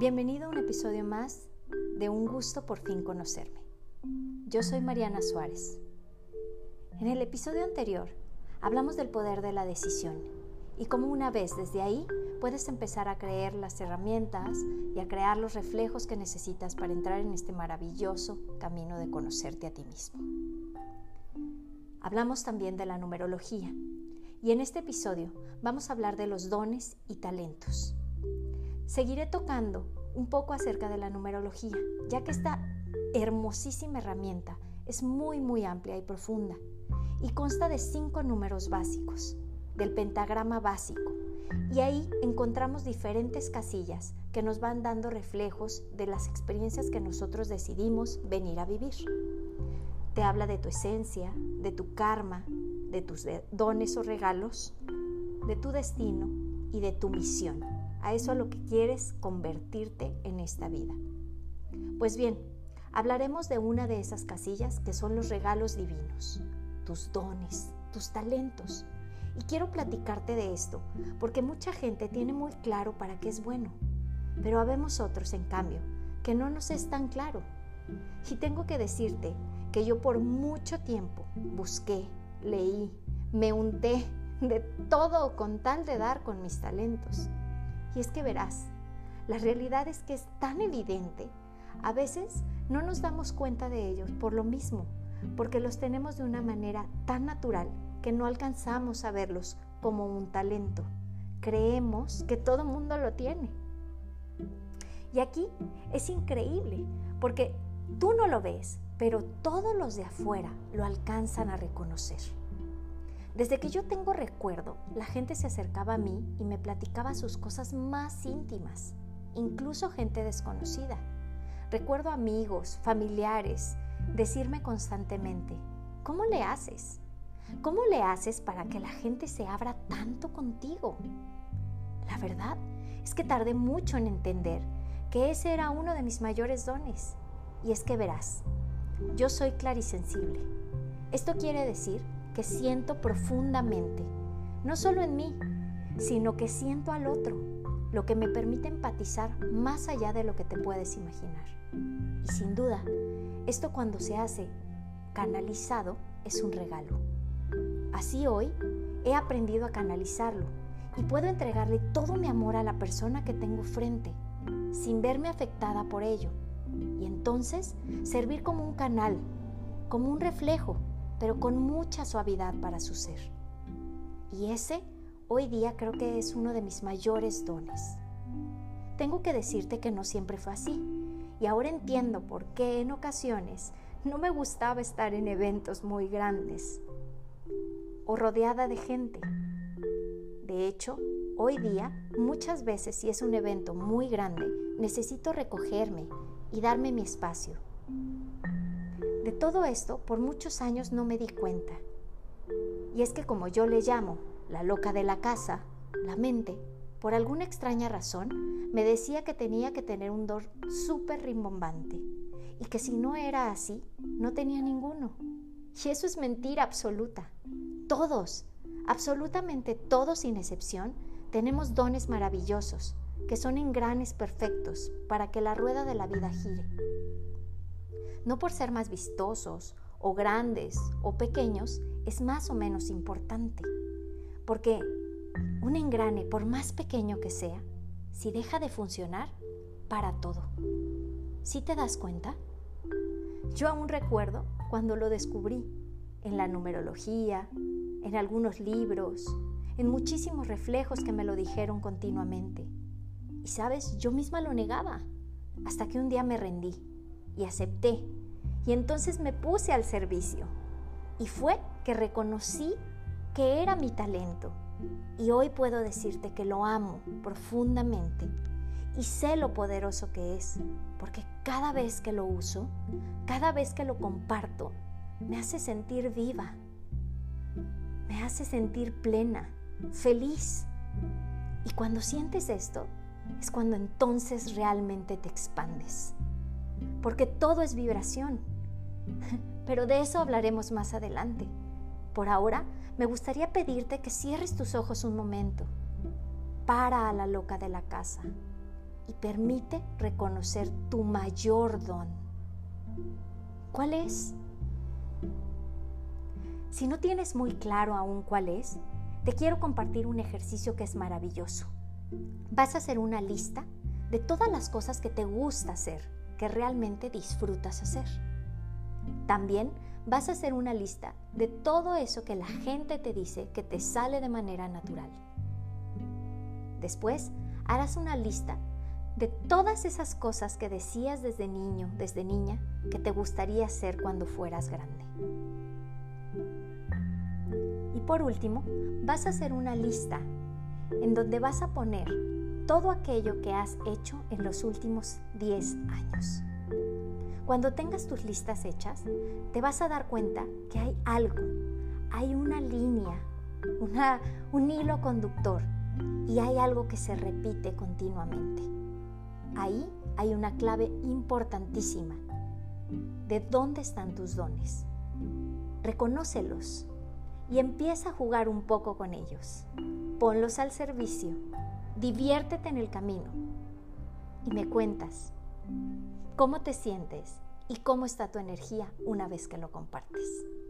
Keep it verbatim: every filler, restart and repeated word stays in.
Bienvenido a un episodio más de Un gusto por fin conocerme. Yo soy Mariana Suárez. En el episodio anterior hablamos del poder de la decisión y cómo una vez desde ahí puedes empezar a crear las herramientas y a crear los reflejos que necesitas para entrar en este maravilloso camino de conocerte a ti mismo. Hablamos también de la numerología y en este episodio vamos a hablar de los dones y talentos. Seguiré tocando un poco acerca de la numerología, ya que esta hermosísima herramienta es muy muy amplia y profunda y consta de cinco números básicos, del pentagrama básico, y ahí encontramos diferentes casillas que nos van dando reflejos de las experiencias que nosotros decidimos venir a vivir. Te habla de tu esencia, de tu karma, de tus dones o regalos, de tu destino y de tu misión. A eso a lo que quieres convertirte en esta vida. Pues bien, hablaremos de una de esas casillas que son los regalos divinos, tus dones, tus talentos. Y quiero platicarte de esto porque mucha gente tiene muy claro para qué es bueno, pero habemos otros, en cambio, que no nos es tan claro. Y tengo que decirte que yo por mucho tiempo busqué, leí, me unté de todo con tal de dar con mis talentos. Y es que verás, la realidad es que es tan evidente, a veces no nos damos cuenta de ellos por lo mismo, porque los tenemos de una manera tan natural que no alcanzamos a verlos como un talento. Creemos que todo el mundo lo tiene. Y aquí es increíble, porque tú no lo ves, pero todos los de afuera lo alcanzan a reconocer. Desde que yo tengo recuerdo, la gente se acercaba a mí y me platicaba sus cosas más íntimas, incluso gente desconocida. Recuerdo amigos, familiares, decirme constantemente, ¿cómo le haces? ¿Cómo le haces para que la gente se abra tanto contigo? La verdad es que tardé mucho en entender que ese era uno de mis mayores dones. Y es que verás, yo soy clarisensible. Esto quiere decir que siento profundamente, no solo en mí, sino que siento al otro, lo que me permite empatizar más allá de lo que te puedes imaginar. Y sin duda, esto cuando se hace canalizado es un regalo. Así hoy he aprendido a canalizarlo y puedo entregarle todo mi amor a la persona que tengo frente, sin verme afectada por ello. Y entonces servir como un canal, como un reflejo, pero con mucha suavidad para su ser. Y ese, hoy día, creo que es uno de mis mayores dones. Tengo que decirte que no siempre fue así, y ahora entiendo por qué en ocasiones no me gustaba estar en eventos muy grandes o rodeada de gente. De hecho, hoy día, muchas veces si es un evento muy grande, necesito recogerme y darme mi espacio. De todo esto, por muchos años no me di cuenta. Y es que como yo le llamo la loca de la casa, la mente, por alguna extraña razón, me decía que tenía que tener un don súper rimbombante y que si no era así, no tenía ninguno. Y eso es mentira absoluta. Todos, absolutamente todos sin excepción, tenemos dones maravillosos que son engranes perfectos para que la rueda de la vida gire. No por ser más vistosos o grandes o pequeños es más o menos importante, porque un engrane, por más pequeño que sea, si deja de funcionar, para todo. ¿Sí te das cuenta? Yo aún recuerdo cuando lo descubrí, en la numerología, en algunos libros, en muchísimos reflejos que me lo dijeron continuamente. Y sabes, yo misma lo negaba, hasta que un día me rendí y acepté, y entonces me puse al servicio, y fue que reconocí que era mi talento, y hoy puedo decirte que lo amo profundamente, y sé lo poderoso que es, porque cada vez que lo uso, cada vez que lo comparto, me hace sentir viva, me hace sentir plena, feliz, y cuando sientes esto, es cuando entonces realmente te expandes. Porque todo es vibración. Pero de eso hablaremos más adelante. Por ahora, me gustaría pedirte que cierres tus ojos un momento. Para a la loca de la casa. y permite reconocer tu mayor don. ¿Cuál es? Si no tienes muy claro aún cuál es, te quiero compartir un ejercicio que es maravilloso. Vas a hacer una lista de todas las cosas que te gusta hacer, que realmente disfrutas hacer. También vas a hacer una lista de todo eso que la gente te dice que te sale de manera natural. Después harás una lista de todas esas cosas que decías desde niño, desde niña, que te gustaría hacer cuando fueras grande. Y por último, vas a hacer una lista en donde vas a poner todo aquello que has hecho en los últimos diez años. Cuando tengas tus listas hechas, te vas a dar cuenta que hay algo, hay una línea, una, un hilo conductor y hay algo que se repite continuamente. Ahí hay una clave importantísima. ¿De dónde están tus dones? Reconócelos y empieza a jugar un poco con ellos. Ponlos al servicio, diviértete en el camino y me cuentas cómo te sientes y cómo está tu energía una vez que lo compartes.